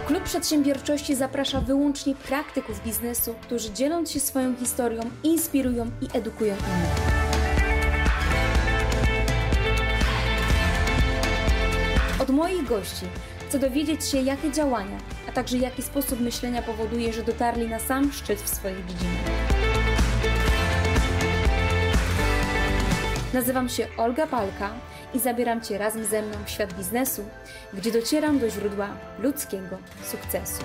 Klub Przedsiębiorczości zaprasza wyłącznie praktyków biznesu, którzy dzieląc się swoją historią, inspirują i edukują innych. Od moich gości chcę dowiedzieć się, jakie działania, a także jaki sposób myślenia powoduje, że dotarli na sam szczyt w swojej dziedzinie. Nazywam się Olga Palka i zabieram Cię razem ze mną w świat biznesu, gdzie docieram do źródła ludzkiego sukcesu.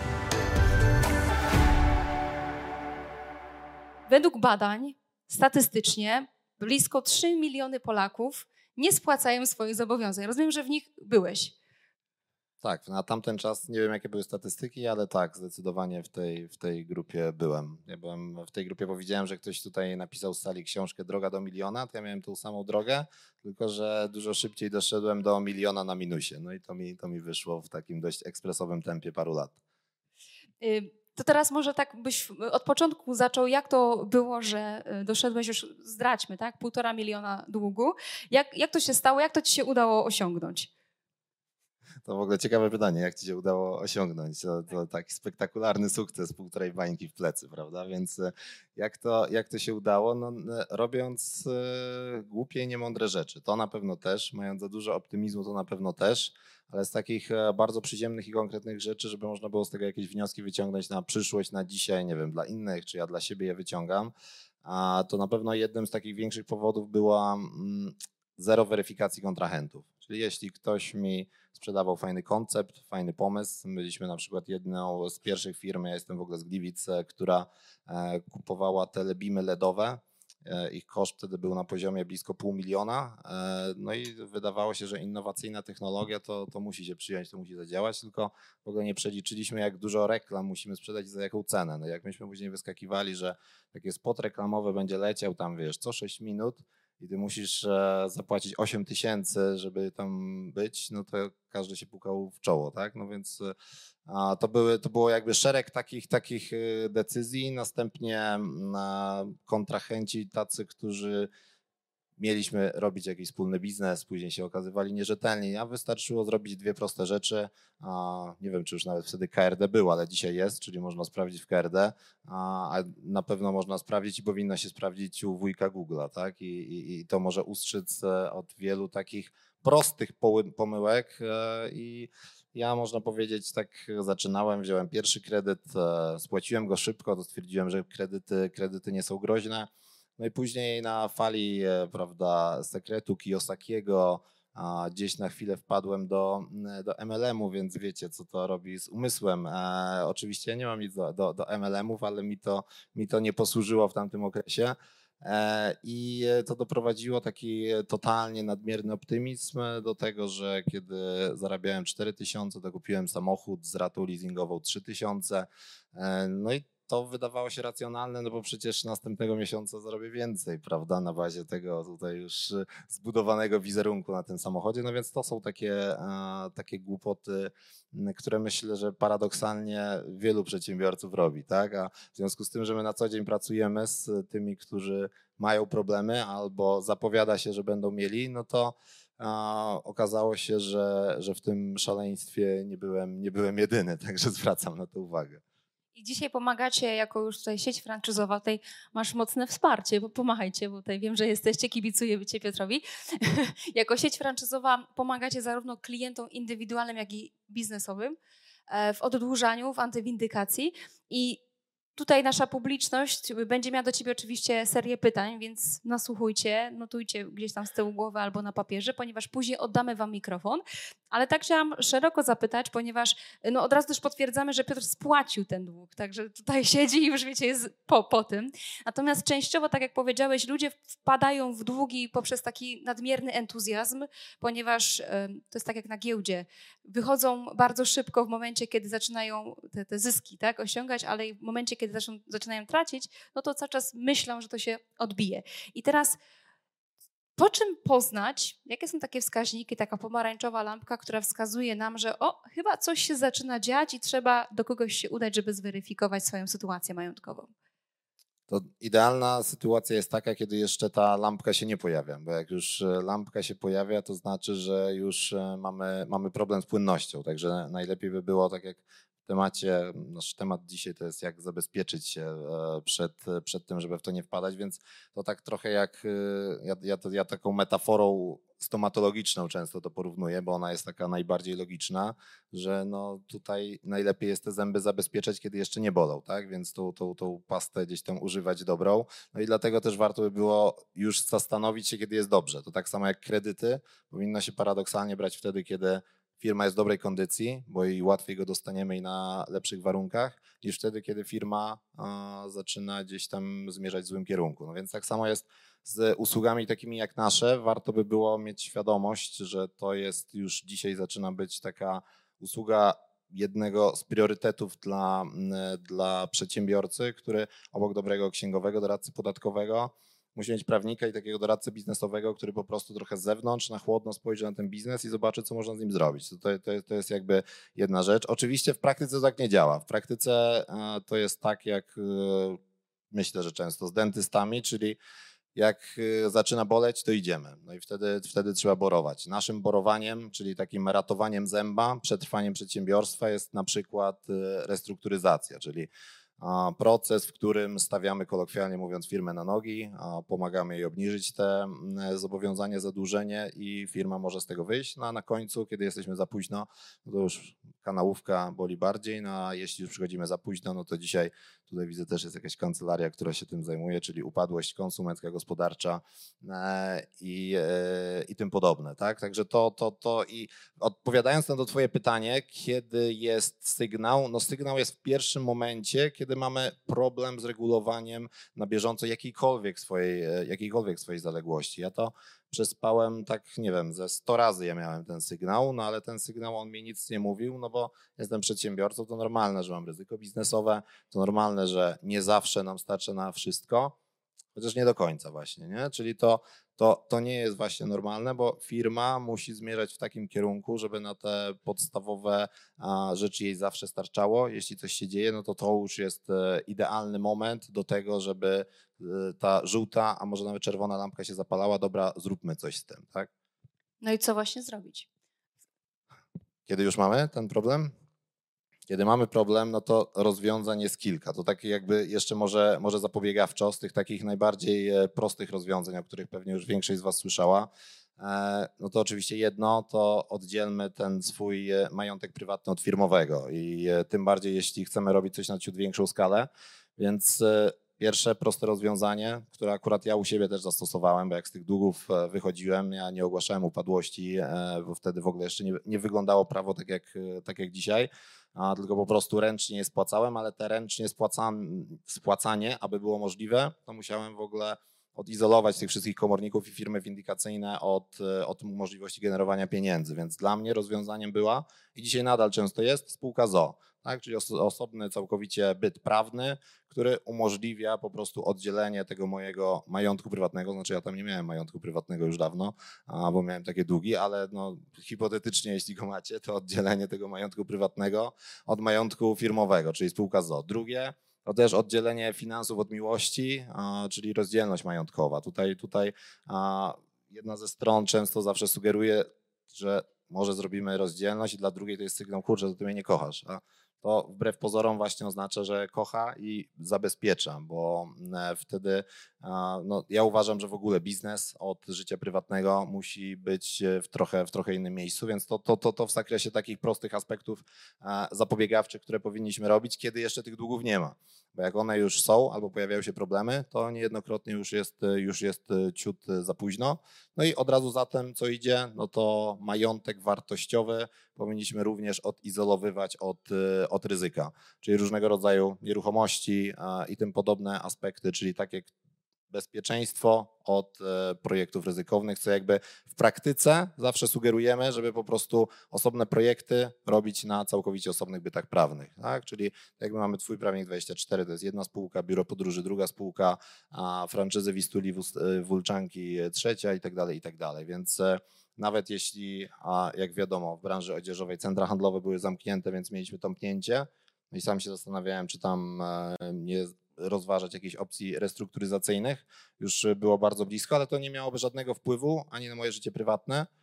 Według badań, statystycznie, blisko 3 miliony Polaków nie spłacają swoich zobowiązań. Rozumiem, że w nich byłeś. Tak, na tamten czas nie wiem, jakie były statystyki, ale tak, zdecydowanie w tej grupie byłem. Ja byłem w tej grupie, bo widziałem, że ktoś tutaj napisał z sali książkę Droga do miliona, to ja miałem tą samą drogę, tylko że dużo szybciej doszedłem do miliona na minusie. No i to mi wyszło w takim dość ekspresowym tempie paru lat. To teraz może tak byś od początku zaczął, jak to było, że doszedłeś już, zdradźmy, tak, 1,5 miliona długu. Jak to się stało, jak to ci się udało osiągnąć? To w ogóle ciekawe pytanie, jak ci się udało osiągnąć? To taki spektakularny sukces, 1,5 bańki w plecy, prawda? Więc jak to się udało? No, robiąc głupie i niemądre rzeczy. To na pewno też, mając za dużo optymizmu, to na pewno też, ale z takich bardzo przyziemnych i konkretnych rzeczy, żeby można było z tego jakieś wnioski wyciągnąć na przyszłość, na dzisiaj, nie wiem, dla innych, czy ja dla siebie je wyciągam, a to na pewno jednym z takich większych powodów była zero weryfikacji kontrahentów. Czyli jeśli ktoś mi sprzedawał fajny koncept, fajny pomysł, my byliśmy na przykład jedną z pierwszych firm, ja jestem w ogóle z Gliwic, która kupowała telebimy LEDowe. Ich koszt wtedy był na poziomie blisko 500 000. No i wydawało się, że innowacyjna technologia to musi się przyjąć, to musi zadziałać, tylko w ogóle nie przeliczyliśmy, jak dużo reklam musimy sprzedać i za jaką cenę. No jak myśmy później wyskakiwali, że taki spot reklamowy będzie leciał tam, wiesz, co 6 minut i ty musisz zapłacić 8 000, żeby tam być, no to każdy się pukał w czoło, tak? No więc to było jakby szereg takich decyzji, następnie kontrahenci tacy, którzy mieliśmy robić jakiś wspólny biznes, później się okazywali nierzetelni, a wystarczyło zrobić dwie proste rzeczy. Nie wiem, czy już nawet wtedy KRD był, ale dzisiaj jest, czyli można sprawdzić w KRD, a na pewno można sprawdzić i powinno się sprawdzić u wujka Google'a, tak? I to może ustrzec od wielu takich prostych pomyłek i ja, można powiedzieć, tak zaczynałem, wziąłem pierwszy kredyt, spłaciłem go szybko, to stwierdziłem, że kredyty nie są groźne. No i później na fali, prawda, sekretu Kiyosakiego gdzieś na chwilę wpadłem do MLM-u, więc wiecie, co to robi z umysłem. Oczywiście ja nie mam nic do MLM-ów, ale mi to nie posłużyło w tamtym okresie. I to doprowadziło taki totalnie nadmierny optymizm do tego, że kiedy zarabiałem 4000, to kupiłem samochód z ratą leasingową 3000. No i to wydawało się racjonalne, no bo przecież następnego miesiąca zarobię więcej, prawda, na bazie tego tutaj już zbudowanego wizerunku na tym samochodzie. No więc to są takie głupoty, które myślę, że paradoksalnie wielu przedsiębiorców robi, tak? A w związku z tym, że my na co dzień pracujemy z tymi, którzy mają problemy albo zapowiada się, że będą mieli, no to okazało się, że w tym szaleństwie nie byłem jedyny, także zwracam na to uwagę. I dzisiaj pomagacie, jako już tutaj sieć franczyzowa, tutaj masz mocne wsparcie, bo pomagajcie, bo tutaj wiem, że jesteście, kibicuję Cię Piotrowi. Jako sieć franczyzowa pomagacie zarówno klientom indywidualnym, jak i biznesowym w oddłużaniu, w antywindykacji i tutaj nasza publiczność będzie miała do Ciebie oczywiście serię pytań, więc nasłuchujcie, notujcie gdzieś tam z tyłu głowy albo na papierze, ponieważ później oddamy Wam mikrofon. Ale tak chciałam szeroko zapytać, ponieważ od razu też potwierdzamy, że Piotr spłacił ten dług, także tutaj siedzi i już wiecie, jest po tym. Natomiast częściowo, tak jak powiedziałeś, ludzie wpadają w długi poprzez taki nadmierny entuzjazm, ponieważ to jest tak jak na giełdzie. Wychodzą bardzo szybko w momencie, kiedy zaczynają te zyski, tak, osiągać, ale w momencie, kiedy zaczynają tracić, no to cały czas myślą, że to się odbije. I teraz po czym poznać, jakie są takie wskaźniki, taka pomarańczowa lampka, która wskazuje nam, że chyba coś się zaczyna dziać i trzeba do kogoś się udać, żeby zweryfikować swoją sytuację majątkową? To idealna sytuacja jest taka, kiedy jeszcze ta lampka się nie pojawia, bo jak już lampka się pojawia, to znaczy, że już mamy problem z płynnością, także najlepiej by było, tak jak temacie, nasz temat dzisiaj to jest jak zabezpieczyć się przed tym, żeby w to nie wpadać, więc to tak trochę jak, ja taką metaforą stomatologiczną często to porównuję, bo ona jest taka najbardziej logiczna, że no tutaj najlepiej jest te zęby zabezpieczać, kiedy jeszcze nie bolą, tak? Więc tą pastę gdzieś tam używać dobrą. No i dlatego też warto by było już zastanowić się, kiedy jest dobrze. To tak samo jak kredyty, powinno się paradoksalnie brać wtedy, kiedy firma jest w dobrej kondycji, bo i łatwiej go dostaniemy i na lepszych warunkach, niż wtedy, kiedy firma zaczyna gdzieś tam zmierzać w złym kierunku. No więc tak samo jest z usługami takimi jak nasze. Warto by było mieć świadomość, że to jest już dzisiaj zaczyna być taka usługa jednego z priorytetów dla przedsiębiorcy, który obok dobrego księgowego, doradcy podatkowego musi mieć prawnika i takiego doradcę biznesowego, który po prostu trochę z zewnątrz, na chłodno spojrzy na ten biznes i zobaczy, co można z nim zrobić. To jest jakby jedna rzecz. Oczywiście w praktyce to tak nie działa. W praktyce to jest tak, jak myślę, że często z dentystami, czyli jak zaczyna boleć, to idziemy. No i wtedy trzeba borować. Naszym borowaniem, czyli takim ratowaniem zęba, przetrwaniem przedsiębiorstwa jest na przykład restrukturyzacja, czyli proces, w którym stawiamy, kolokwialnie mówiąc, firmę na nogi, pomagamy jej obniżyć te zobowiązania, zadłużenie i firma może z tego wyjść. No a na końcu, kiedy jesteśmy za późno, no to już kanałówka boli bardziej, no a jeśli już przychodzimy za późno, no to dzisiaj tutaj widzę też jest jakaś kancelaria, która się tym zajmuje, czyli upadłość konsumencka, gospodarcza i tym podobne. Tak? Także to i odpowiadając na to twoje pytanie, kiedy jest sygnał? No sygnał jest w pierwszym momencie, kiedy mamy problem z regulowaniem na bieżąco jakiejkolwiek swojej zaległości. Ja to przespałem tak, nie wiem, ze 100 razy ja miałem ten sygnał, no ale ten sygnał on mi nic nie mówił, no bo jestem przedsiębiorcą, to normalne, że mam ryzyko biznesowe, to normalne, że nie zawsze nam starczy na wszystko, chociaż nie do końca właśnie, nie? Czyli to nie jest właśnie normalne, bo firma musi zmierzać w takim kierunku, żeby na te podstawowe rzeczy jej zawsze starczało. Jeśli coś się dzieje, no to już jest idealny moment do tego, żeby ta żółta, a może nawet czerwona lampka się zapalała. Dobra, zróbmy coś z tym, tak? No i co właśnie zrobić? Kiedy już mamy ten problem? Kiedy mamy problem, no to rozwiązań jest kilka. To takie jakby jeszcze może zapobiegawczo z tych takich najbardziej prostych rozwiązań, o których pewnie już większość z was słyszała. No to oczywiście jedno, to oddzielmy ten swój majątek prywatny od firmowego i tym bardziej jeśli chcemy robić coś na ciut większą skalę, więc pierwsze proste rozwiązanie, które akurat ja u siebie też zastosowałem, bo jak z tych długów wychodziłem, ja nie ogłaszałem upadłości, bo wtedy w ogóle jeszcze nie wyglądało prawo tak jak dzisiaj, tylko po prostu ręcznie je spłacałem, ale te ręcznie spłacanie, aby było możliwe, to musiałem w ogóle odizolować tych wszystkich komorników i firmy windykacyjne od możliwości generowania pieniędzy. Więc dla mnie rozwiązaniem była i dzisiaj nadal często jest spółka z o.o., tak? Czyli osobny całkowicie byt prawny, który umożliwia po prostu oddzielenie tego mojego majątku prywatnego. Znaczy ja tam nie miałem majątku prywatnego już dawno, bo miałem takie długi, ale no, hipotetycznie jeśli go macie, to oddzielenie tego majątku prywatnego od majątku firmowego, czyli spółka z o.o. Drugie, to też oddzielenie finansów od miłości, czyli rozdzielność majątkowa. Tutaj jedna ze stron często zawsze sugeruje, że może zrobimy rozdzielność i dla drugiej to jest sygnał, kurczę, to ty mnie nie kochasz. A to wbrew pozorom właśnie oznacza, że kocha i zabezpiecza, bo wtedy no, ja uważam, że w ogóle biznes od życia prywatnego musi być w trochę innym miejscu, więc to w zakresie takich prostych aspektów zapobiegawczych, które powinniśmy robić, kiedy jeszcze tych długów nie ma. Bo jak one już są albo pojawiają się problemy, to niejednokrotnie już jest ciut za późno. No i od razu za tym, co idzie, no to majątek wartościowy powinniśmy również odizolowywać od ryzyka, czyli różnego rodzaju nieruchomości i tym podobne aspekty, czyli takie bezpieczeństwo od projektów ryzykownych, co jakby w praktyce zawsze sugerujemy, żeby po prostu osobne projekty robić na całkowicie osobnych bytach prawnych. Tak? Czyli jakby mamy Twój Prawnik 24, to jest jedna spółka, biuro podróży druga spółka, franczyzy Wistuli, Wulczanki trzecia i tak dalej. Więc nawet jeśli, jak wiadomo, w branży odzieżowej centra handlowe były zamknięte, więc mieliśmy tąpnięcie, no i sam się zastanawiałem, czy tam nie rozważać jakichś opcji restrukturyzacyjnych. Już było bardzo blisko, ale to nie miałoby żadnego wpływu ani na moje życie prywatne,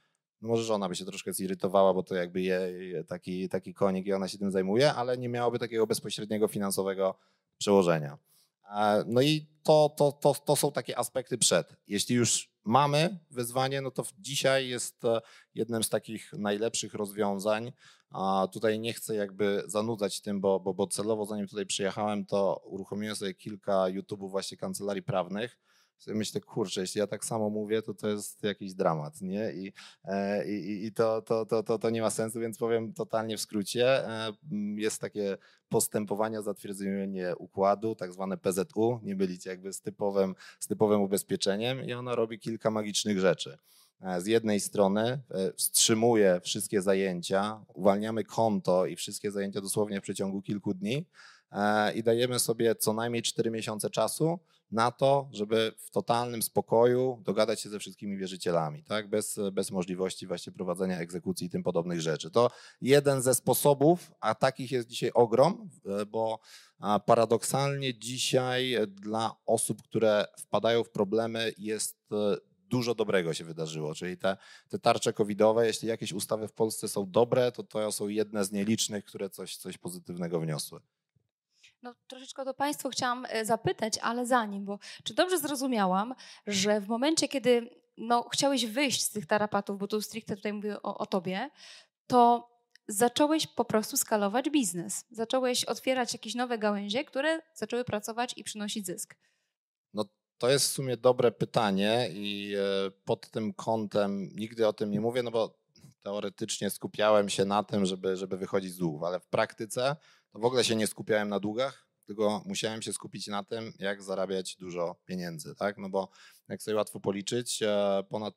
No może żona by się troszkę zirytowała, bo to jakby jej taki konik i ona się tym zajmuje, ale nie miałoby takiego bezpośredniego finansowego przełożenia. No i to są takie aspekty przed. Jeśli już mamy wyzwanie, no to dzisiaj jest jednym z takich najlepszych rozwiązań. A tutaj nie chcę jakby zanudzać tym, bo celowo zanim tutaj przyjechałem, to uruchomiłem sobie kilka YouTube'ów właśnie kancelarii prawnych. Myślę, kurczę, jeśli ja tak samo mówię, to jest jakiś dramat, nie? I to nie ma sensu, więc powiem totalnie w skrócie. Jest takie postępowania, zatwierdzenie układu, tak zwane PZU, nie byliście jakby z typowym ubezpieczeniem i ono robi kilka magicznych rzeczy. Z jednej strony wstrzymuje wszystkie zajęcia, uwalniamy konto i wszystkie zajęcia dosłownie w przeciągu kilku dni i dajemy sobie co najmniej 4 miesiące czasu na to, żeby w totalnym spokoju dogadać się ze wszystkimi wierzycielami, tak? Bez możliwości właśnie prowadzenia egzekucji i tym podobnych rzeczy. To jeden ze sposobów, a takich jest dzisiaj ogrom, bo paradoksalnie dzisiaj dla osób, które wpadają w problemy, jest dużo dobrego się wydarzyło, czyli te tarcze covidowe, jeśli jakieś ustawy w Polsce są dobre, to są jedne z nielicznych, które coś pozytywnego wniosły. No troszeczkę do Państwa chciałam zapytać, ale zanim, bo czy dobrze zrozumiałam, że w momencie, kiedy chciałeś wyjść z tych tarapatów, bo tu stricte tutaj mówię o Tobie, to zacząłeś po prostu skalować biznes. Zacząłeś otwierać jakieś nowe gałęzie, które zaczęły pracować i przynosić zysk. No to jest w sumie dobre pytanie i pod tym kątem nigdy o tym nie mówię, no bo teoretycznie skupiałem się na tym, żeby wychodzić z długów, ale w praktyce to w ogóle się nie skupiałem na długach, tylko musiałem się skupić na tym, jak zarabiać dużo pieniędzy, tak? No bo jak sobie łatwo policzyć, ponad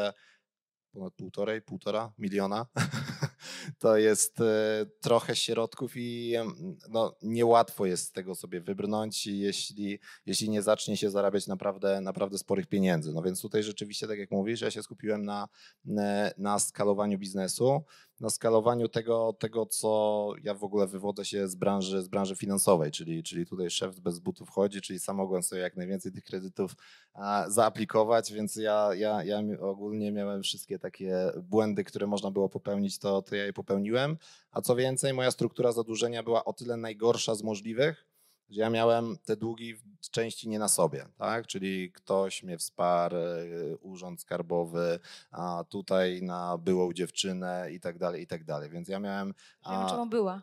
półtora miliona to jest trochę środków i niełatwo jest z tego sobie wybrnąć, jeśli nie zacznie się zarabiać naprawdę sporych pieniędzy. No więc tutaj rzeczywiście, tak jak mówisz, ja się skupiłem na skalowaniu biznesu, na skalowaniu tego, co ja w ogóle wywodzę się z branży finansowej, czyli tutaj szef bez butów chodzi, czyli sam mogłem sobie jak najwięcej tych kredytów zaaplikować, więc ja ogólnie miałem wszystkie takie błędy, które można było popełnić, to ja je popełniłem, a co więcej, moja struktura zadłużenia była o tyle najgorsza z możliwych, że ja miałem te długi w części nie na sobie, tak? Czyli ktoś mnie wsparł, urząd skarbowy, a tutaj na byłą dziewczynę i tak dalej, więc ja miałem... Wiemy, czemu była.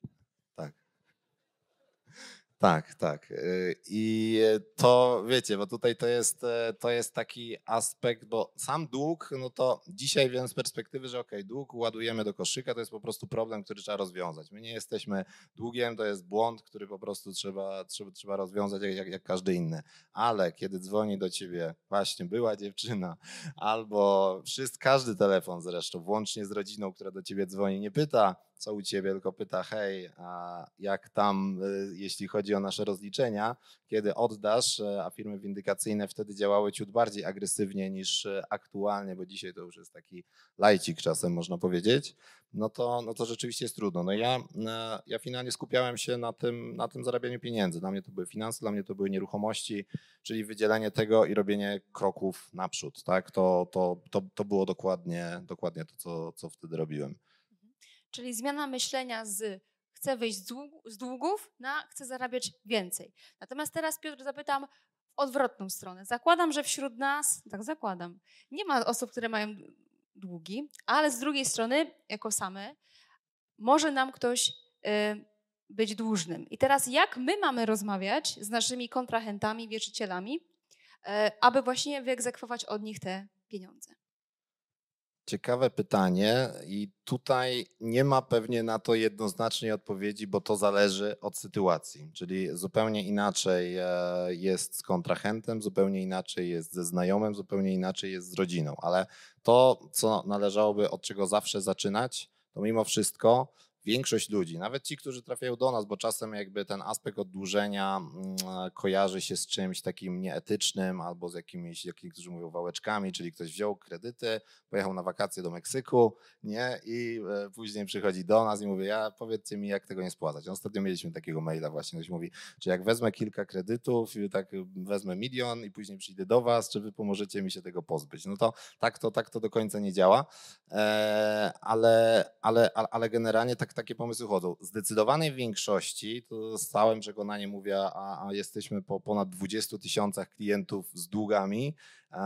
Tak. I to wiecie, bo tutaj to jest taki aspekt, bo sam dług, no to dzisiaj wiem z perspektywy, że dług ładujemy do koszyka, to jest po prostu problem, który trzeba rozwiązać. My nie jesteśmy długiem, to jest błąd, który po prostu trzeba rozwiązać jak każdy inny. Ale kiedy dzwoni do ciebie właśnie była dziewczyna, albo każdy telefon zresztą, włącznie z rodziną, która do ciebie dzwoni, nie pyta, co u ciebie, tylko pyta, hej, a jak tam, jeśli chodzi o nasze rozliczenia, kiedy oddasz, a firmy windykacyjne wtedy działały ciut bardziej agresywnie niż aktualnie, bo dzisiaj to już jest taki lajcik czasem, można powiedzieć, no to rzeczywiście jest trudno. No ja finalnie skupiałem się na tym zarabianiu pieniędzy. Dla mnie to były finanse, dla mnie to były nieruchomości, czyli wydzielenie tego i robienie kroków naprzód. Tak? To było dokładnie to, co wtedy robiłem. Czyli zmiana myślenia z chcę wyjść z długów na chcę zarabiać więcej. Natomiast teraz, Piotr, zapytam w odwrotną stronę. Zakładam, że wśród nas, tak zakładam, nie ma osób, które mają długi, ale z drugiej strony, jako same, może nam ktoś być dłużnym. I teraz jak my mamy rozmawiać z naszymi kontrahentami, wierzycielami, aby właśnie wyegzekwować od nich te pieniądze? Ciekawe pytanie i tutaj nie ma pewnie na to jednoznacznej odpowiedzi, bo to zależy od sytuacji, czyli zupełnie inaczej jest z kontrahentem, zupełnie inaczej jest ze znajomym, zupełnie inaczej jest z rodziną, ale to, co należałoby od czego zawsze zaczynać, to mimo wszystko większość ludzi, nawet ci, którzy trafiają do nas, bo czasem jakby ten aspekt oddłużenia kojarzy się z czymś takim nieetycznym albo z jakimiś, jak niektórzy mówią, wałeczkami, czyli ktoś wziął kredyty, pojechał na wakacje do Meksyku, nie? I później przychodzi do nas i mówi, powiedzcie mi, jak tego nie spłacać. Ostatnio mieliśmy takiego maila właśnie, ktoś mówi, czy jak wezmę kilka kredytów, tak wezmę 1 milion i później przyjdę do was, czy wy pomożecie mi się tego pozbyć? No to tak to do końca nie działa, ale generalnie takie pomysły chodzą. W zdecydowanej większości, to z całym przekonaniem mówię, a jesteśmy po ponad 20 000 klientów z długami,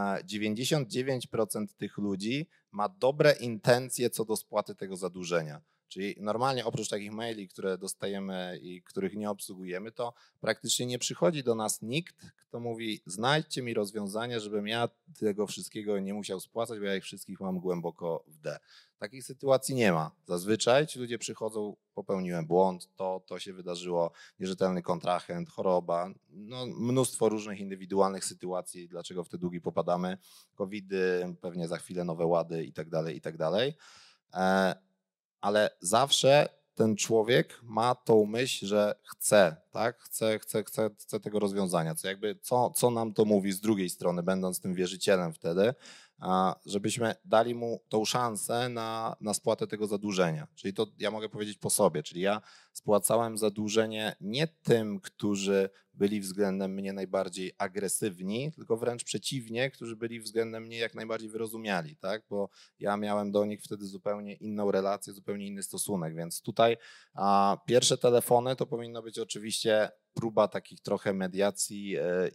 99% tych ludzi ma dobre intencje co do spłaty tego zadłużenia. Czyli normalnie oprócz takich maili, które dostajemy i których nie obsługujemy, to praktycznie nie przychodzi do nas nikt, kto mówi, znajdźcie mi rozwiązanie, żebym ja tego wszystkiego nie musiał spłacać, bo ja ich wszystkich mam głęboko w D. Takich sytuacji nie ma. Zazwyczaj ci ludzie przychodzą, popełniłem błąd, to się wydarzyło, nierzetelny kontrahent, choroba, no mnóstwo różnych indywidualnych sytuacji, dlaczego w te długi popadamy, covidy, pewnie za chwilę nowe łady i tak dalej. Ale zawsze ten człowiek ma tą myśl, że chce, tak? Chce tego rozwiązania. Co nam to mówi z drugiej strony, będąc tym wierzycielem wtedy, żebyśmy dali mu tą szansę na spłatę tego zadłużenia. Czyli to ja mogę powiedzieć po sobie, czyli ja spłacałem zadłużenie nie tym, którzy byli względem mnie najbardziej agresywni, tylko wręcz przeciwnie, którzy byli względem mnie jak najbardziej wyrozumiali, tak? Bo ja miałem do nich wtedy zupełnie inną relację, zupełnie inny stosunek, więc tutaj pierwsze telefony to powinno być oczywiście próba takich trochę mediacji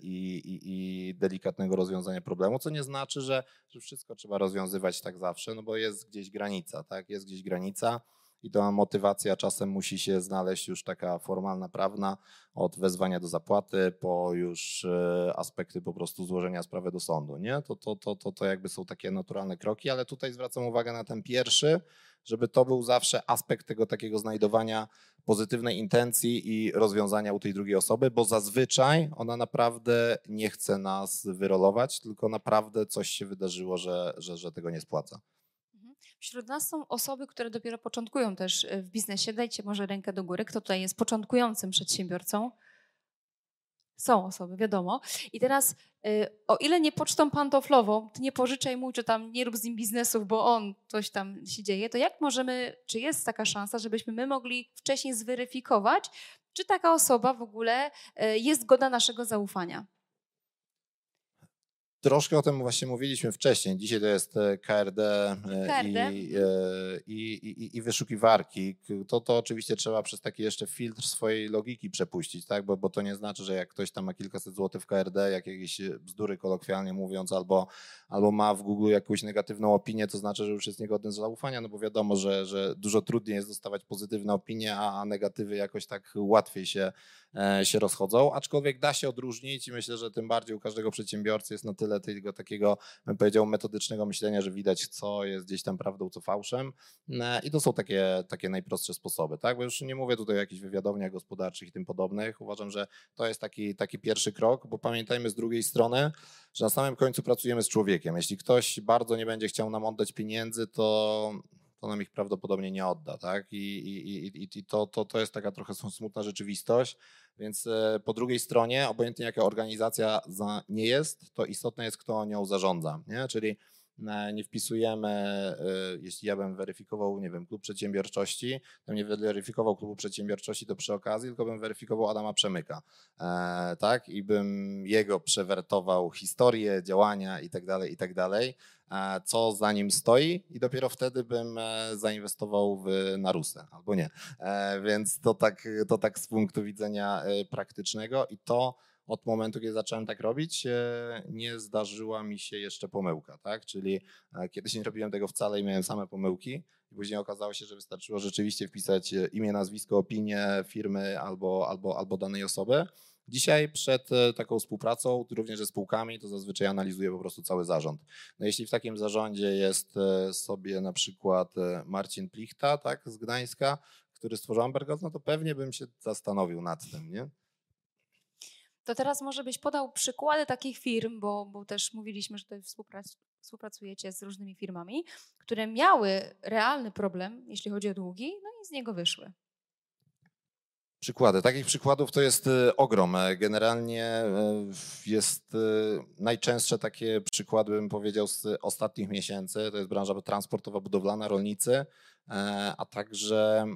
i delikatnego rozwiązania problemu, co nie znaczy, że wszystko trzeba rozwiązywać tak zawsze, no bo jest gdzieś granica, tak? Jest gdzieś granica i ta motywacja czasem musi się znaleźć już taka formalna, prawna, od wezwania do zapłaty po już aspekty po prostu złożenia sprawy do sądu, nie? To jakby są takie naturalne kroki, ale tutaj zwracam uwagę na ten pierwszy, żeby to był zawsze aspekt tego takiego znajdowania pozytywnej intencji i rozwiązania u tej drugiej osoby, bo zazwyczaj ona naprawdę nie chce nas wyrolować, tylko naprawdę coś się wydarzyło, że tego nie spłaca. Wśród nas są osoby, które dopiero początkują też w biznesie. Dajcie może rękę do góry. Kto tutaj jest początkującym przedsiębiorcą? Są osoby, wiadomo. I teraz, o ile nie pocztą pantoflową, ty nie pożyczaj mu, czy tam nie rób z nim biznesów, bo on coś tam się dzieje, to jak możemy, czy jest taka szansa, żebyśmy my mogli wcześniej zweryfikować, czy taka osoba w ogóle jest godna naszego zaufania? Troszkę o tym właśnie mówiliśmy wcześniej. Dzisiaj to jest KRD, i wyszukiwarki. To oczywiście trzeba przez taki jeszcze filtr swojej logiki przepuścić, tak? Bo to nie znaczy, że jak ktoś tam ma kilkaset złotych w KRD, jak jakieś bzdury kolokwialnie mówiąc, albo ma w Google jakąś negatywną opinię, to znaczy, że już jest niegodny zaufania, no bo wiadomo, że dużo trudniej jest dostawać pozytywne opinie, a negatywy jakoś tak łatwiej się rozchodzą, aczkolwiek da się odróżnić i myślę, że tym bardziej u każdego przedsiębiorcy jest na tyle tego takiego, bym powiedział, metodycznego myślenia, że widać, co jest gdzieś tam prawdą, co fałszem, i to są takie najprostsze sposoby, tak? Bo już nie mówię tutaj o jakichś wywiadowniach gospodarczych i tym podobnych. Uważam, że to jest taki pierwszy krok, bo pamiętajmy z drugiej strony, że na samym końcu pracujemy z człowiekiem. Jeśli ktoś bardzo nie będzie chciał nam oddać pieniędzy, to nam ich prawdopodobnie nie odda, tak? I to jest taka trochę smutna rzeczywistość, więc po drugiej stronie, obojętnie jaka organizacja nie jest, to istotne jest, kto nią zarządza, nie? Czyli nie wpisujemy, jeśli ja bym weryfikował, nie wiem, klub przedsiębiorczości, to nie weryfikował klubu przedsiębiorczości to przy okazji, tylko bym weryfikował Adama Przemyka, tak? I bym jego przewertował historię, działania i tak dalej, co za nim stoi i dopiero wtedy bym zainwestował na Rusę albo nie. Więc to tak z punktu widzenia praktycznego i to od momentu, kiedy zacząłem tak robić, nie zdarzyła mi się jeszcze pomyłka, tak? Czyli kiedyś nie robiłem tego wcale i miałem same pomyłki i później okazało się, że wystarczyło rzeczywiście wpisać imię, nazwisko, opinię firmy albo danej osoby. Dzisiaj przed taką współpracą, również ze spółkami, to zazwyczaj analizuję po prostu cały zarząd. No jeśli w takim zarządzie jest sobie na przykład Marcin Plichta, tak, z Gdańska, który stworzył Ambergos, no to pewnie bym się zastanowił nad tym, nie? To teraz może byś podał przykłady takich firm, bo też mówiliśmy, że tutaj współpracujecie z różnymi firmami, które miały realny problem, jeśli chodzi o długi, no i z niego wyszły. Przykłady. Takich przykładów to jest ogrom. Generalnie jest najczęstsze takie przykłady, bym powiedział, z ostatnich miesięcy. To jest branża transportowa, budowlana, rolnicy, a także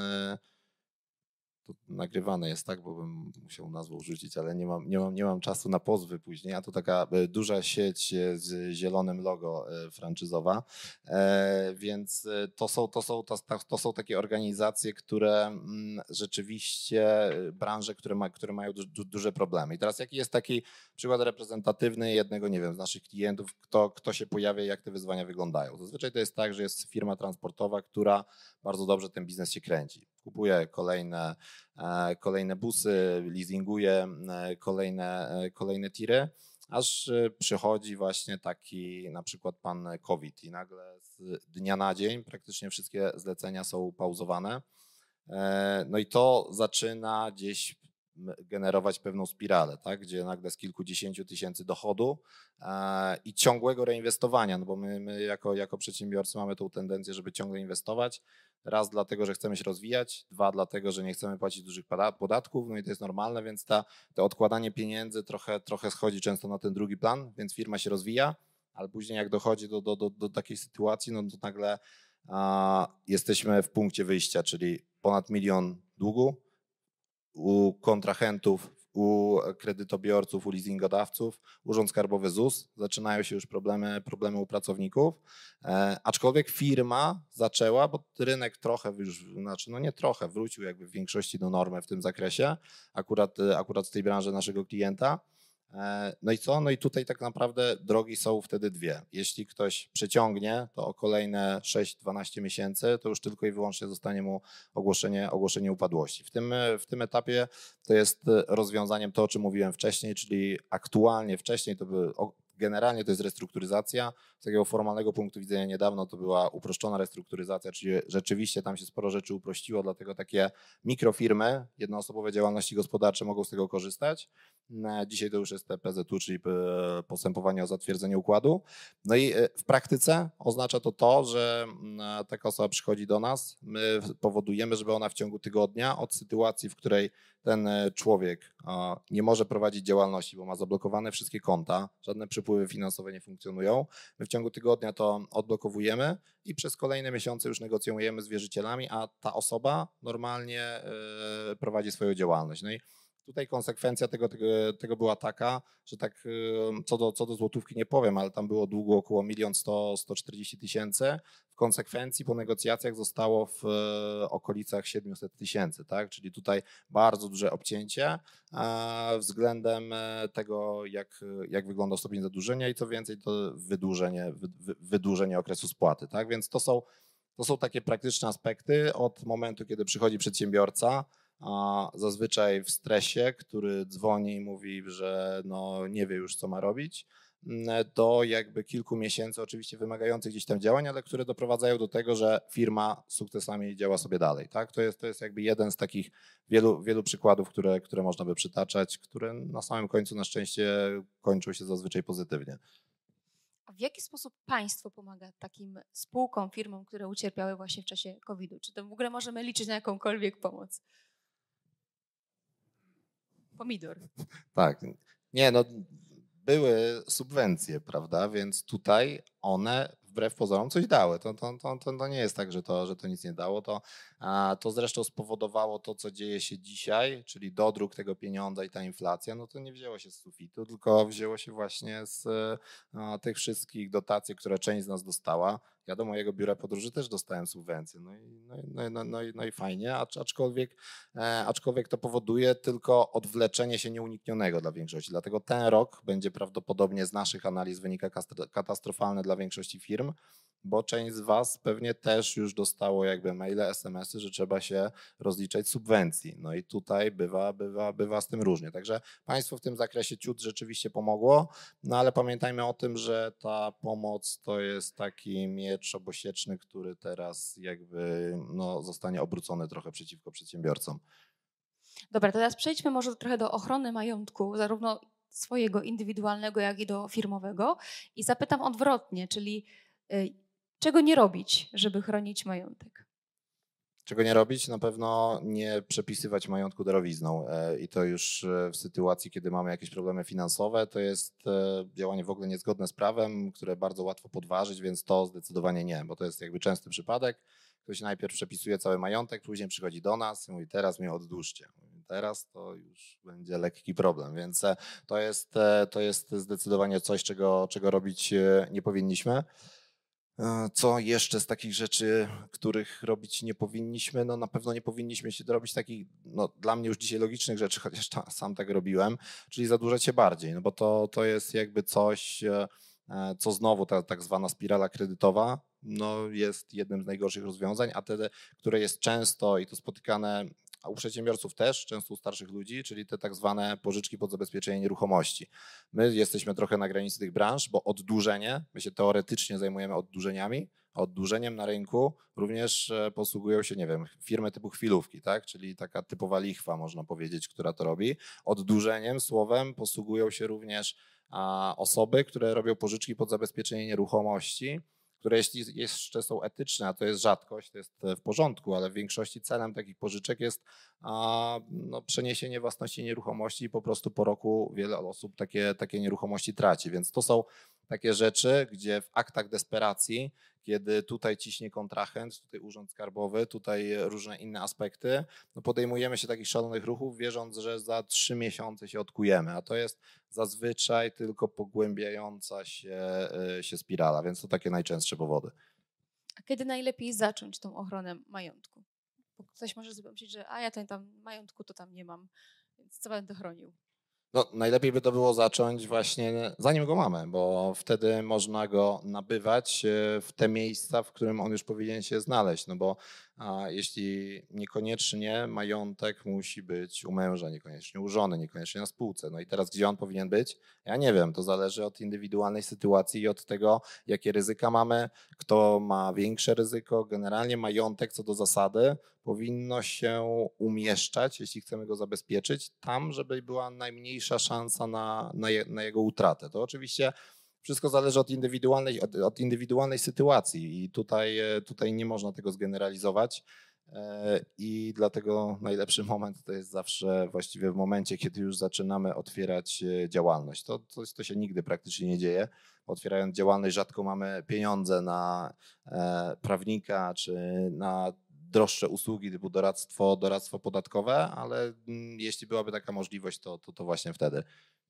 to nagrywane jest, tak, bo bym musiał nazwę rzucić, ale nie mam czasu na pozwy później, a to taka duża sieć z zielonym logo franczyzowa, więc to są takie organizacje, które rzeczywiście, branże, które mają duże problemy. I teraz jaki jest taki przykład reprezentatywny jednego, nie wiem, z naszych klientów, kto się pojawia i jak te wyzwania wyglądają? Zazwyczaj to jest tak, że jest firma transportowa, która bardzo dobrze ten biznes się kręci. Kupuje kolejne busy, leasinguje kolejne tiry, aż przychodzi właśnie taki na przykład pan COVID i nagle z dnia na dzień praktycznie wszystkie zlecenia są pauzowane. No i to zaczyna gdzieś generować pewną spiralę, tak? Gdzie nagle z kilkudziesięciu tysięcy dochodu i ciągłego reinwestowania, no bo my jako przedsiębiorcy mamy tą tendencję, żeby ciągle inwestować. Raz dlatego, że chcemy się rozwijać, dwa dlatego, że nie chcemy płacić dużych podatków, no i to jest normalne, więc to odkładanie pieniędzy trochę schodzi często na ten drugi plan, więc firma się rozwija, ale później jak dochodzi do takiej sytuacji, no to nagle jesteśmy w punkcie wyjścia, czyli ponad 1 000 000 długu u kontrahentów, u kredytobiorców, u leasingodawców, Urząd Skarbowy ZUS, zaczynają się już problemy u pracowników, aczkolwiek firma zaczęła, bo rynek trochę już, znaczy no nie trochę, wrócił jakby w większości do normy w tym zakresie, akurat z tej branży naszego klienta. No i co? No i tutaj tak naprawdę drogi są wtedy dwie. Jeśli ktoś przeciągnie to o kolejne 6-12 miesięcy, to już tylko i wyłącznie zostanie mu ogłoszenie upadłości. W tym etapie to jest rozwiązaniem to, o czym mówiłem wcześniej, czyli aktualnie wcześniej to były generalnie to jest restrukturyzacja. Z takiego formalnego punktu widzenia niedawno to była uproszczona restrukturyzacja, czyli rzeczywiście tam się sporo rzeczy uprościło, dlatego takie mikrofirmy, jednoosobowe działalności gospodarcze mogą z tego korzystać. Dzisiaj to już jest PZU, czyli postępowanie o zatwierdzenie układu. No i w praktyce oznacza to, że taka osoba przychodzi do nas, my powodujemy, żeby ona w ciągu tygodnia od sytuacji, w której ten człowiek nie może prowadzić działalności, bo ma zablokowane wszystkie konta, żadne przepływy finansowe nie funkcjonują. My w ciągu tygodnia to odblokowujemy i przez kolejne miesiące już negocjujemy z wierzycielami, a ta osoba normalnie prowadzi swoją działalność. No i tutaj konsekwencja tego była taka, że tak co do złotówki nie powiem, ale tam było długu około 1 140 000. W konsekwencji po negocjacjach zostało w okolicach 700 000, tak? Czyli tutaj bardzo duże obcięcie względem tego, jak wygląda stopień zadłużenia i co więcej to wydłużenie okresu spłaty, tak? Więc to są takie praktyczne aspekty od momentu, kiedy przychodzi przedsiębiorca, a zazwyczaj w stresie, który dzwoni i mówi, że no nie wie już co ma robić, do jakby kilku miesięcy oczywiście wymagających gdzieś tam działań, ale które doprowadzają do tego, że firma z sukcesami działa sobie dalej. Tak? To jest jakby jeden z takich wielu przykładów, które można by przytaczać, które na samym końcu na szczęście kończą się zazwyczaj pozytywnie. A w jaki sposób państwo pomaga takim spółkom, firmom, które ucierpiały właśnie w czasie COVID-u? Czy to w ogóle możemy liczyć na jakąkolwiek pomoc? Pomidor. Tak. Nie, no były subwencje, prawda, więc tutaj one wbrew pozorom coś dały. To nie jest tak, że to nic nie dało. To zresztą spowodowało to, co dzieje się dzisiaj, czyli dodruk tego pieniądza i ta inflacja, no to nie wzięło się z sufitu, tylko wzięło się właśnie z tych wszystkich dotacji, które część z nas dostała. Ja do mojego biura podróży też dostałem subwencję, no i fajnie, aczkolwiek to powoduje tylko odwleczenie się nieuniknionego dla większości. Dlatego ten rok będzie prawdopodobnie z naszych analiz wynika katastrofalny dla większości firm, bo część z Was pewnie też już dostało jakby maile, SMS-y, że trzeba się rozliczać z subwencji. No i tutaj bywa z tym różnie. Także państwo w tym zakresie ciut rzeczywiście pomogło, no ale pamiętajmy o tym, że ta pomoc to jest taki miecz obosieczny, który teraz jakby zostanie obrócony trochę przeciwko przedsiębiorcom. Dobra, teraz przejdźmy może trochę do ochrony majątku, zarówno swojego indywidualnego, jak i do firmowego. I zapytam odwrotnie, czyli czego nie robić, żeby chronić majątek? Czego nie robić? Na pewno nie przepisywać majątku darowizną i to już w sytuacji, kiedy mamy jakieś problemy finansowe, to jest działanie w ogóle niezgodne z prawem, które bardzo łatwo podważyć, więc to zdecydowanie nie, bo to jest jakby częsty przypadek. Ktoś najpierw przepisuje cały majątek, później przychodzi do nas i mówi, teraz mnie oddłużcie. Teraz to już będzie lekki problem, więc to jest zdecydowanie coś, czego robić nie powinniśmy. Co jeszcze z takich rzeczy, których robić nie powinniśmy? No na pewno nie powinniśmy się robić takich, no dla mnie już dzisiaj logicznych rzeczy, chociaż sam tak robiłem, czyli zadłużać się bardziej, no bo to jest jakby coś, co znowu ta tak zwana spirala kredytowa, no jest jednym z najgorszych rozwiązań, a te, które jest często i to spotykane a u przedsiębiorców też, często u starszych ludzi, czyli te tak zwane pożyczki pod zabezpieczenie nieruchomości. My jesteśmy trochę na granicy tych branż, bo oddłużenie, my się teoretycznie zajmujemy oddłużeniami, a oddłużeniem na rynku również posługują się, nie wiem, firmy typu chwilówki, tak? Czyli taka typowa lichwa, można powiedzieć, która to robi. Oddłużeniem, słowem, posługują się również osoby, które robią pożyczki pod zabezpieczenie nieruchomości, które jeśli jeszcze są etyczne, a to jest rzadkość, to jest w porządku, ale w większości celem takich pożyczek jest przeniesienie własności nieruchomości i po prostu po roku wiele osób takie nieruchomości traci. Więc to są takie rzeczy, gdzie w aktach desperacji, kiedy tutaj ciśnie kontrahent, tutaj urząd skarbowy, tutaj różne inne aspekty, no podejmujemy się takich szalonych ruchów, wierząc, że za 3 miesiące się odkujemy, a to jest zazwyczaj tylko pogłębiająca się spirala, więc to takie najczęstsze powody. A kiedy najlepiej zacząć tą ochronę majątku? Bo ktoś może sobie pomyśleć, że ja tam majątku to tam nie mam, więc co będę chronił? No, najlepiej by to było zacząć właśnie zanim go mamy, bo wtedy można go nabywać w te miejsca, w którym on już powinien się znaleźć, no bo jeśli niekoniecznie majątek musi być u męża, niekoniecznie u żony, niekoniecznie na spółce, no i teraz gdzie on powinien być? Ja nie wiem, to zależy od indywidualnej sytuacji i od tego, jakie ryzyka mamy, kto ma większe ryzyko. Generalnie majątek co do zasady powinno się umieszczać, jeśli chcemy go zabezpieczyć, tam, żeby była najmniejsza szansa na jego utratę. To oczywiście wszystko zależy od indywidualnej sytuacji i tutaj nie można tego zgeneralizować. I dlatego najlepszy moment to jest zawsze właściwie w momencie, kiedy już zaczynamy otwierać działalność. To się nigdy praktycznie nie dzieje. Otwierając działalność rzadko mamy pieniądze na prawnika czy na droższe usługi typu doradztwo podatkowe, ale jeśli byłaby taka możliwość, to właśnie wtedy.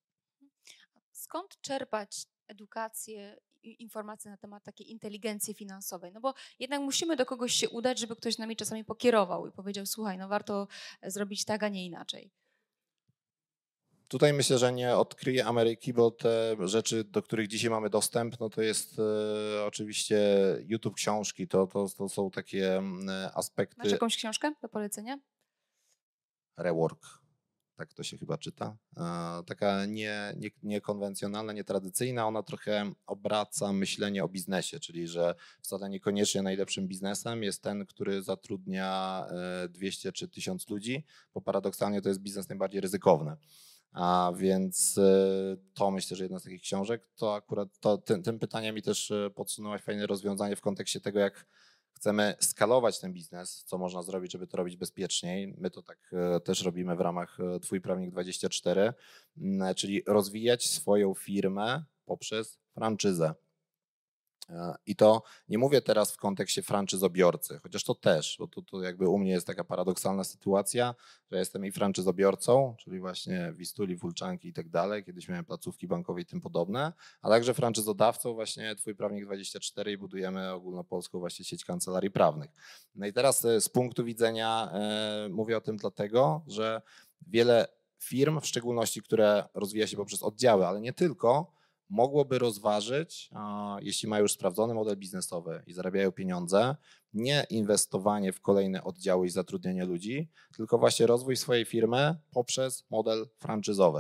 Skąd czerpać edukację i informacje na temat takiej inteligencji finansowej? No bo jednak musimy do kogoś się udać, żeby ktoś nami czasami pokierował i powiedział, słuchaj, no warto zrobić tak, a nie inaczej. Tutaj myślę, że nie odkryję Ameryki, bo te rzeczy, do których dzisiaj mamy dostęp, no to jest oczywiście YouTube, książki, to są takie aspekty. Masz jakąś książkę do polecenia? Rework, tak to się chyba czyta. Taka niekonwencjonalna, nietradycyjna, ona trochę obraca myślenie o biznesie, czyli że wcale niekoniecznie najlepszym biznesem jest ten, który zatrudnia 200 czy 1000 ludzi, bo paradoksalnie to jest biznes najbardziej ryzykowny. A więc to myślę, że jedna z takich książek, to akurat tym pytaniem mi też podsunęłaś fajne rozwiązanie w kontekście tego, jak chcemy skalować ten biznes, co można zrobić, żeby to robić bezpieczniej. My to tak też robimy w ramach Twój Prawnik 24, czyli rozwijać swoją firmę poprzez franczyzę. I to nie mówię teraz w kontekście franczyzobiorcy, chociaż to też, bo to jakby u mnie jest taka paradoksalna sytuacja, że jestem i franczyzobiorcą, czyli właśnie Wistuli, Wulczanki i tak dalej, kiedyś miałem placówki bankowe i tym podobne, a także franczyzodawcą właśnie Twój Prawnik 24 i budujemy ogólnopolską właśnie sieć kancelarii prawnych. No i teraz z punktu widzenia mówię o tym dlatego, że wiele firm, w szczególności które rozwija się poprzez oddziały, ale nie tylko, mogłoby rozważyć, jeśli mają już sprawdzony model biznesowy i zarabiają pieniądze, nie inwestowanie w kolejne oddziały i zatrudnienie ludzi, tylko właśnie rozwój swojej firmy poprzez model franczyzowy.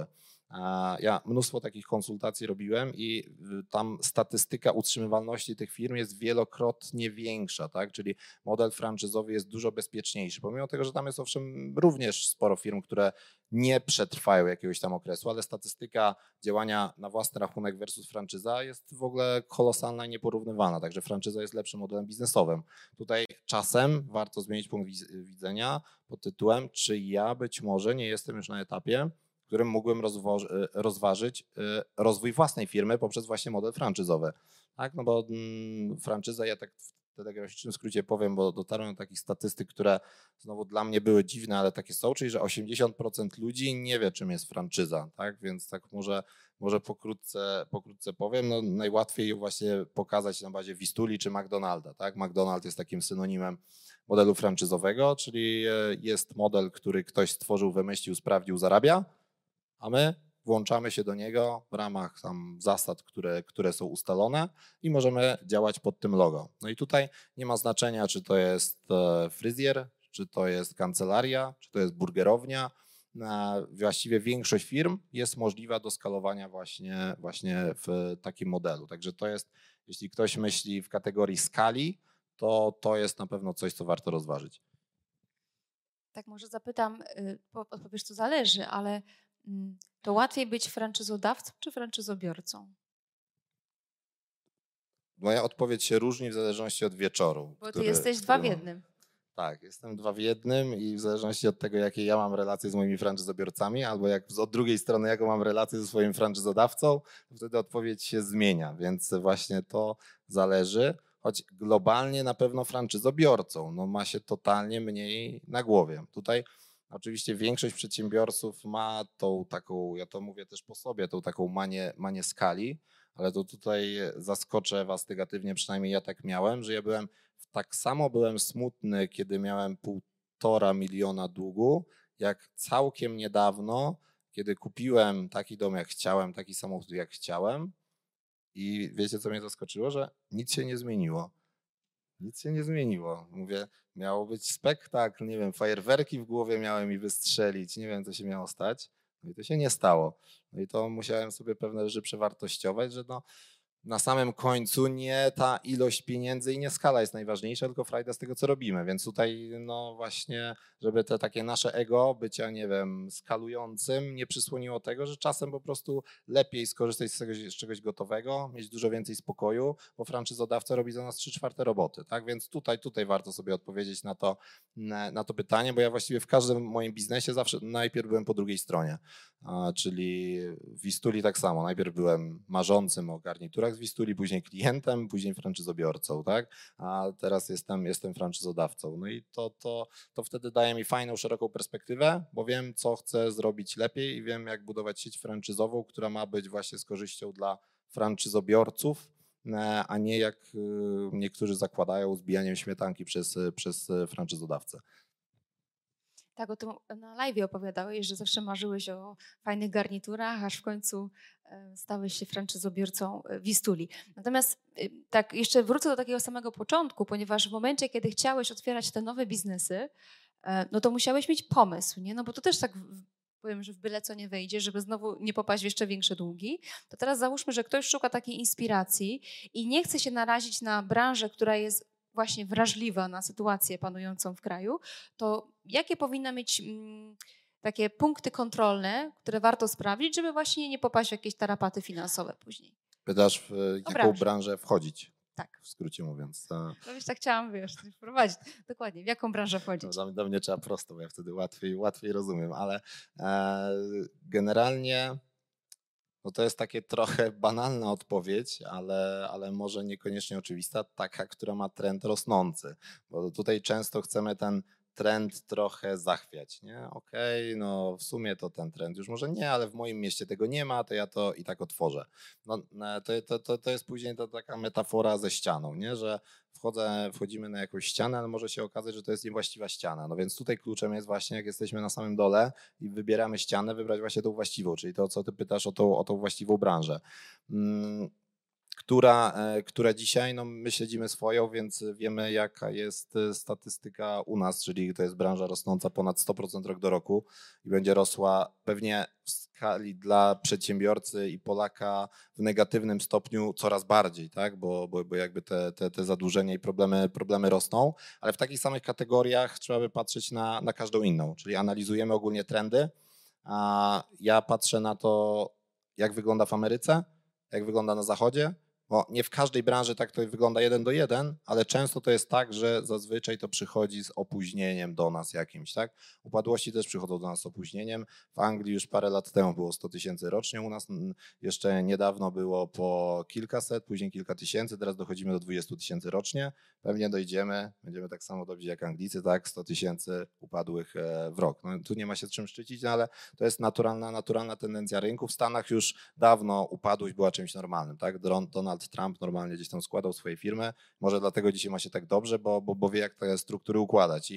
Ja mnóstwo takich konsultacji robiłem i tam statystyka utrzymywalności tych firm jest wielokrotnie większa, tak? Czyli model franczyzowy jest dużo bezpieczniejszy, pomimo tego, że tam jest owszem również sporo firm, które nie przetrwają jakiegoś tam okresu, ale statystyka działania na własny rachunek versus franczyza jest w ogóle kolosalna i nieporównywalna, także franczyza jest lepszym modelem biznesowym. Tutaj czasem warto zmienić punkt widzenia pod tytułem, czy ja być może nie jestem już na etapie, w którym mógłbym rozważyć rozwój własnej firmy poprzez właśnie model franczyzowy. Tak, no bo franczyza, ja tak w telegraficznym skrócie powiem, bo dotarłem do takich statystyk, które znowu dla mnie były dziwne, ale takie są, czyli że 80% ludzi nie wie, czym jest franczyza, tak, więc tak może pokrótce powiem, no najłatwiej ją właśnie pokazać na bazie Wistuli czy McDonalda, tak, McDonald jest takim synonimem modelu franczyzowego, czyli jest model, który ktoś stworzył, wymyślił, sprawdził, zarabia, a my włączamy się do niego w ramach tam zasad, które są ustalone i możemy działać pod tym logo. No i tutaj nie ma znaczenia, czy to jest fryzjer, czy to jest kancelaria, czy to jest burgerownia. Właściwie większość firm jest możliwa do skalowania właśnie w takim modelu. Także to jest, jeśli ktoś myśli w kategorii skali, to jest na pewno coś, co warto rozważyć. Tak, może zapytam, odpowiesz, to zależy, ale to łatwiej być franczyzodawcą czy franczyzobiorcą? Moja odpowiedź się różni w zależności od wieczoru. Bo ty jesteś dwa w mam. jednym. Tak, jestem dwa w jednym i w zależności od tego, jakie ja mam relacje z moimi franczyzobiorcami, albo od drugiej strony, jaką mam relację ze swoim franczyzodawcą, to wtedy odpowiedź się zmienia, więc właśnie to zależy. Choć globalnie na pewno franczyzobiorcą ma się totalnie mniej na głowie. Tutaj oczywiście większość przedsiębiorców ma tą taką, ja to mówię też po sobie, tą taką manię skali, ale to tutaj zaskoczę was negatywnie, przynajmniej ja tak miałem, że tak samo byłem smutny, kiedy miałem 1,5 miliona długu, jak całkiem niedawno, kiedy kupiłem taki dom jak chciałem, taki samochód jak chciałem i wiecie co mnie zaskoczyło, że nic się nie zmieniło. Nic się nie zmieniło. Mówię, miało być spektakl, nie wiem, fajerwerki w głowie miały mi wystrzelić, nie wiem, co się miało stać. No i to się nie stało. No i to musiałem sobie pewne rzeczy przewartościować, że na samym końcu nie ta ilość pieniędzy i nie skala jest najważniejsza, tylko frajda z tego, co robimy. Więc tutaj właśnie, żeby te takie nasze ego bycia, nie wiem, skalującym nie przysłoniło tego, że czasem po prostu lepiej skorzystać z czegoś gotowego, mieć dużo więcej spokoju, bo franczyzodawca robi za nas 3/4 roboty. Tak? Więc tutaj warto sobie odpowiedzieć na to pytanie, bo ja właściwie w każdym moim biznesie zawsze najpierw byłem po drugiej stronie. Czyli w Wistuli tak samo. Najpierw byłem marzącym o garniturach z Wistuli, później klientem, później franczyzobiorcą, tak? A teraz jestem franczyzodawcą. No i to wtedy daje mi fajną, szeroką perspektywę, bo wiem, co chcę zrobić lepiej i wiem, jak budować sieć franczyzową, która ma być właśnie z korzyścią dla franczyzobiorców, a nie jak niektórzy zakładają, zbijaniem śmietanki przez franczyzodawcę. Tak, o tym na live opowiadałeś, że zawsze marzyłeś o fajnych garniturach, aż w końcu stałeś się franczyzobiorcą Wistuli. Natomiast tak jeszcze wrócę do takiego samego początku, ponieważ w momencie, kiedy chciałeś otwierać te nowe biznesy, no to musiałeś mieć pomysł, nie? No bo to też tak powiem, że w byle co nie wejdzie, żeby znowu nie popaść w jeszcze większe długi. To teraz załóżmy, że ktoś szuka takiej inspiracji i nie chce się narazić na branżę, która jest właśnie wrażliwa na sytuację panującą w kraju, to jakie powinna mieć takie punkty kontrolne, które warto sprawdzić, żeby właśnie nie popaść w jakieś tarapaty finansowe później? Pytasz, w jaką branżę wchodzić? Tak. W skrócie mówiąc. No wiesz, tak chciałam, wprowadzić. Dokładnie, w jaką branżę wchodzić? No, do mnie trzeba prosto, bo ja wtedy łatwiej rozumiem, ale generalnie no to jest takie trochę banalna odpowiedź, ale może niekoniecznie oczywista, taka, która ma trend rosnący, bo tutaj często chcemy ten trend trochę zachwiać, nie? Okej, no w sumie to ten trend już może nie, ale w moim mieście tego nie ma, to ja to i tak otworzę. No, to jest później taka metafora ze ścianą, nie? Że wchodzimy na jakąś ścianę, ale może się okazać, że to jest niewłaściwa ściana. No więc tutaj kluczem jest właśnie, jak jesteśmy na samym dole i wybieramy ścianę, wybrać właśnie tą właściwą, czyli to, co ty pytasz o tą właściwą branżę. która dzisiaj, no my śledzimy swoją, więc wiemy jaka jest statystyka u nas, czyli to jest branża rosnąca ponad 100% rok do roku i będzie rosła pewnie w skali dla przedsiębiorcy i Polaka w negatywnym stopniu coraz bardziej, tak? Bo jakby te zadłużenia i problemy rosną, ale w takich samych kategoriach trzeba by patrzeć na każdą inną, czyli analizujemy ogólnie trendy, a ja patrzę na to, jak wygląda w Ameryce, jak wygląda na Zachodzie, bo nie w każdej branży tak to wygląda 1:1, ale często to jest tak, że zazwyczaj to przychodzi z opóźnieniem do nas jakimś, tak? Upadłości też przychodzą do nas z opóźnieniem. W Anglii już parę lat temu było 100 000 rocznie, u nas jeszcze niedawno było po kilkaset, później kilka tysięcy, teraz dochodzimy do 20 000 rocznie. Pewnie będziemy tak samo dobrzy jak Anglicy, tak? 100 000 upadłych w rok. No, tu nie ma się czym szczycić, no, ale to jest naturalna tendencja rynku. W Stanach już dawno upadłość była czymś normalnym, tak? Donald Trump normalnie gdzieś tam składał swoje firmy, może dlatego dzisiaj ma się tak dobrze, bo wie jak te struktury układać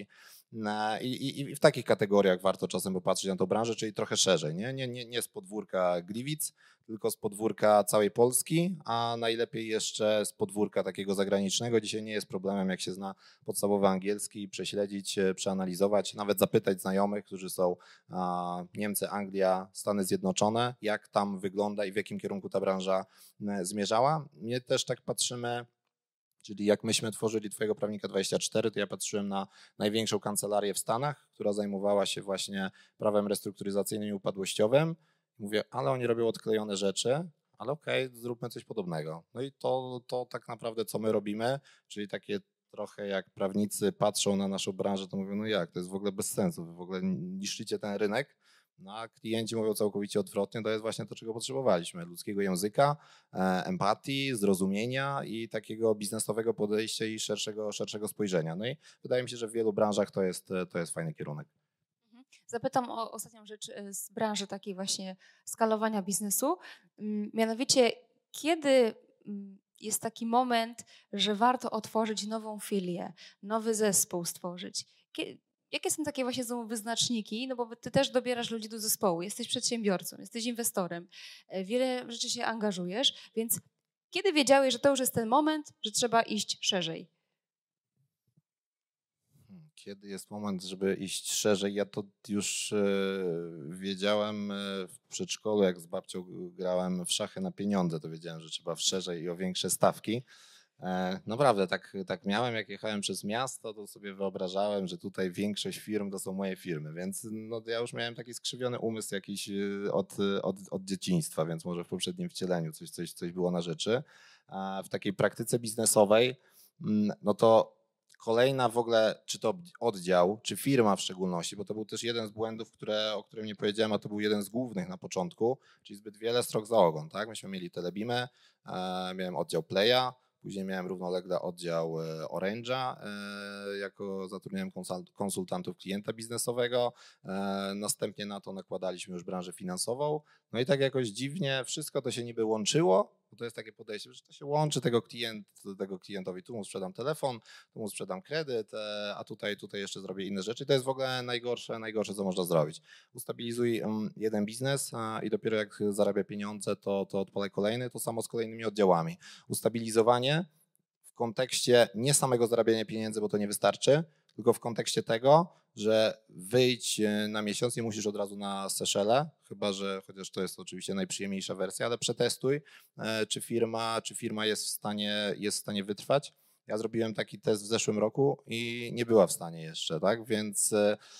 i w takich kategoriach warto czasem popatrzeć na tą branżę, czyli trochę szerzej, nie z podwórka Gliwic, tylko z podwórka całej Polski, a najlepiej jeszcze z podwórka takiego zagranicznego. Dzisiaj nie jest problemem, jak się zna podstawowy angielski, prześledzić, przeanalizować, nawet zapytać znajomych, którzy są Niemcy, Anglia, Stany Zjednoczone, jak tam wygląda i w jakim kierunku ta branża zmierzała. My też tak patrzymy, czyli jak myśmy tworzyli Twojego Prawnika 24, to ja patrzyłem na największą kancelarię w Stanach, która zajmowała się właśnie prawem restrukturyzacyjnym i upadłościowym. Mówię, ale oni robią odklejone rzeczy, ale okej, zróbmy coś podobnego. No i to tak naprawdę co my robimy, czyli takie trochę jak prawnicy patrzą na naszą branżę, to mówią, no jak, to jest w ogóle bez sensu, wy w ogóle niszczycie ten rynek. No a klienci mówią całkowicie odwrotnie, to jest właśnie to, czego potrzebowaliśmy. Ludzkiego języka, empatii, zrozumienia i takiego biznesowego podejścia i szerszego spojrzenia. No i wydaje mi się, że w wielu branżach to jest fajny kierunek. Zapytam o ostatnią rzecz z branży takiej właśnie skalowania biznesu. Mianowicie, kiedy jest taki moment, że warto otworzyć nową filię, nowy zespół stworzyć? Jakie są takie właśnie wyznaczniki? No bo ty też dobierasz ludzi do zespołu, jesteś przedsiębiorcą, jesteś inwestorem, wiele rzeczy się angażujesz, więc kiedy wiedziałeś, że to już jest ten moment, że trzeba iść szerzej? Kiedy jest moment, żeby iść szerzej? Ja to już wiedziałem w przedszkolu, jak z babcią grałem w szachy na pieniądze, to wiedziałem, że trzeba szerzej i o większe stawki. Naprawdę, tak miałem, jak jechałem przez miasto, to sobie wyobrażałem, że tutaj większość firm to są moje firmy, więc no, ja już miałem taki skrzywiony umysł jakiś od dzieciństwa, więc może w poprzednim wcieleniu coś było na rzeczy. W takiej praktyce biznesowej, no to kolejna w ogóle, czy to oddział, czy firma w szczególności, bo to był też jeden z błędów, o którym nie powiedziałem, a to był jeden z głównych na początku, czyli zbyt wiele strok za ogon. Tak? Myśmy mieli Telebimę, miałem oddział Playa, później miałem równolegle oddział Orange'a, jako zatrudniałem konsultantów klienta biznesowego, następnie na to nakładaliśmy już branżę finansową, no i tak jakoś dziwnie wszystko to się niby łączyło, bo to jest takie podejście, że to się łączy tego klientowi, tu mu sprzedam telefon, tu mu sprzedam kredyt, a tutaj jeszcze zrobię inne rzeczy. To jest w ogóle najgorsze, co można zrobić. Ustabilizuj jeden biznes i dopiero jak zarabia pieniądze, to odpalaj kolejny, to samo z kolejnymi oddziałami. Ustabilizowanie w kontekście nie samego zarabiania pieniędzy, bo to nie wystarczy, tylko w kontekście tego, że wyjdź na miesiąc, nie musisz od razu na Seszele, chyba że, chociaż to jest oczywiście najprzyjemniejsza wersja, ale przetestuj, czy firma jest w stanie wytrwać. Ja zrobiłem taki test w zeszłym roku i nie była w stanie jeszcze, tak? Więc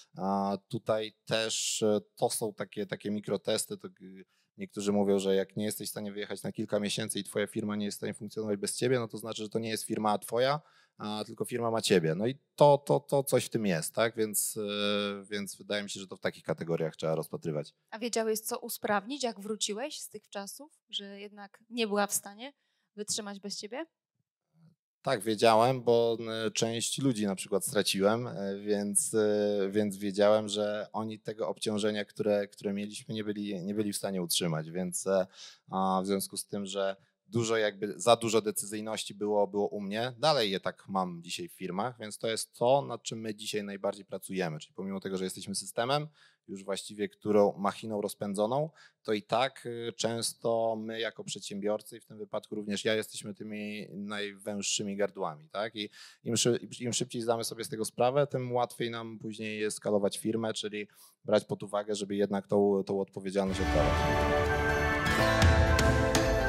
tutaj też to są takie mikrotesty. To niektórzy mówią, że jak nie jesteś w stanie wyjechać na kilka miesięcy i twoja firma nie jest w stanie funkcjonować bez ciebie, no to znaczy, że to nie jest firma twoja, tylko firma ma ciebie. No i to coś w tym jest, tak? Więc wydaje mi się, że to w takich kategoriach trzeba rozpatrywać. A wiedziałeś, co usprawnić, jak wróciłeś z tych czasów, że jednak nie była w stanie wytrzymać bez ciebie? Tak, wiedziałem, bo część ludzi na przykład straciłem, więc wiedziałem, że oni tego obciążenia, które mieliśmy, nie byli w stanie utrzymać, więc w związku z tym, że za dużo decyzyjności było u mnie, dalej je tak mam dzisiaj w firmach, więc to jest to, nad czym my dzisiaj najbardziej pracujemy, czyli pomimo tego, że jesteśmy systemem, już właściwie którą machiną rozpędzoną, to i tak często my jako przedsiębiorcy i w tym wypadku również ja jesteśmy tymi najwęższymi gardłami, tak? I im szybciej zdamy sobie z tego sprawę, tym łatwiej nam później jest skalować firmę, czyli brać pod uwagę, żeby jednak tą odpowiedzialność oddawać.